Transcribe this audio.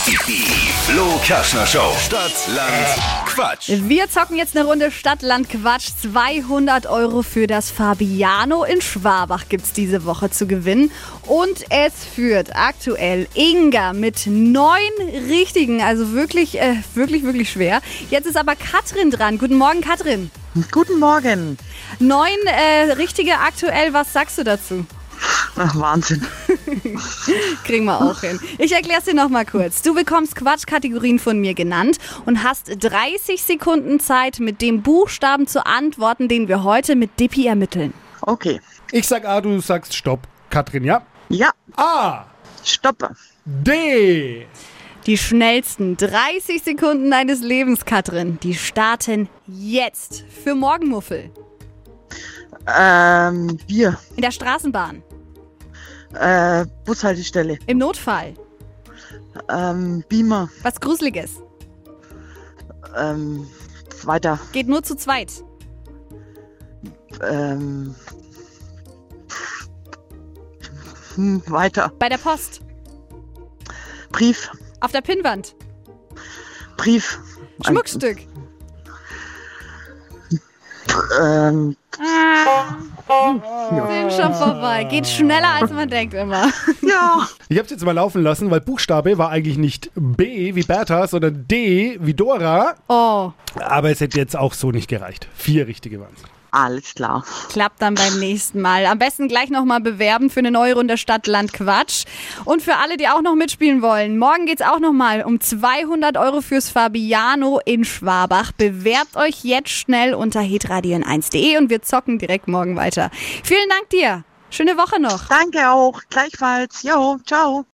Die Flo Kerschner Show. Stadt, Land, Quatsch. Wir zocken jetzt eine Runde Stadt, Land, Quatsch. 200 € für das Fabiano in Schwabach gibt's diese Woche zu gewinnen. Und es führt aktuell Inga mit 9 richtigen, also wirklich schwer. Jetzt ist aber Katrin dran. Guten Morgen, Katrin. Guten Morgen. 9 richtige aktuell, was sagst du dazu? Ach, Wahnsinn. Kriegen wir auch hin. Ich erkläre es dir noch mal kurz. Du bekommst Quatschkategorien von mir genannt und hast 30 Sekunden Zeit, mit dem Buchstaben zu antworten, den wir heute mit Dippi ermitteln. Okay. Ich sag A, du sagst Stopp. Katrin, ja? Ja, A, stoppe. D, Die schnellsten 30 Sekunden deines Lebens, Katrin, die starten jetzt. Für Morgenmuffel. Bier. In der Straßenbahn. Bushaltestelle. Im Notfall. Beamer. Was Gruseliges. Weiter. Geht nur zu zweit. Weiter. Bei der Post. Brief. Auf der Pinnwand. Brief. Schmuckstück. Sind schon vorbei. Geht schneller, als man denkt immer. Ja. Ich hab's jetzt mal laufen lassen, weil Buchstabe war eigentlich nicht B wie Bertha, sondern D wie Dora. Oh, Aber es hätte jetzt auch so nicht gereicht. 4 richtige waren's. Alles klar. klappt dann beim nächsten Mal. Am besten gleich nochmal bewerben für eine neue Runde Stadt, Land, Quatsch. Und für alle, die auch noch mitspielen wollen, morgen geht's auch nochmal um 200 € fürs Fabiano in Schwabach. Bewerbt euch jetzt schnell unter hitradion1.de und wir zocken direkt morgen weiter. Vielen Dank dir. Schöne Woche noch. Danke auch. Gleichfalls. Jo, ciao.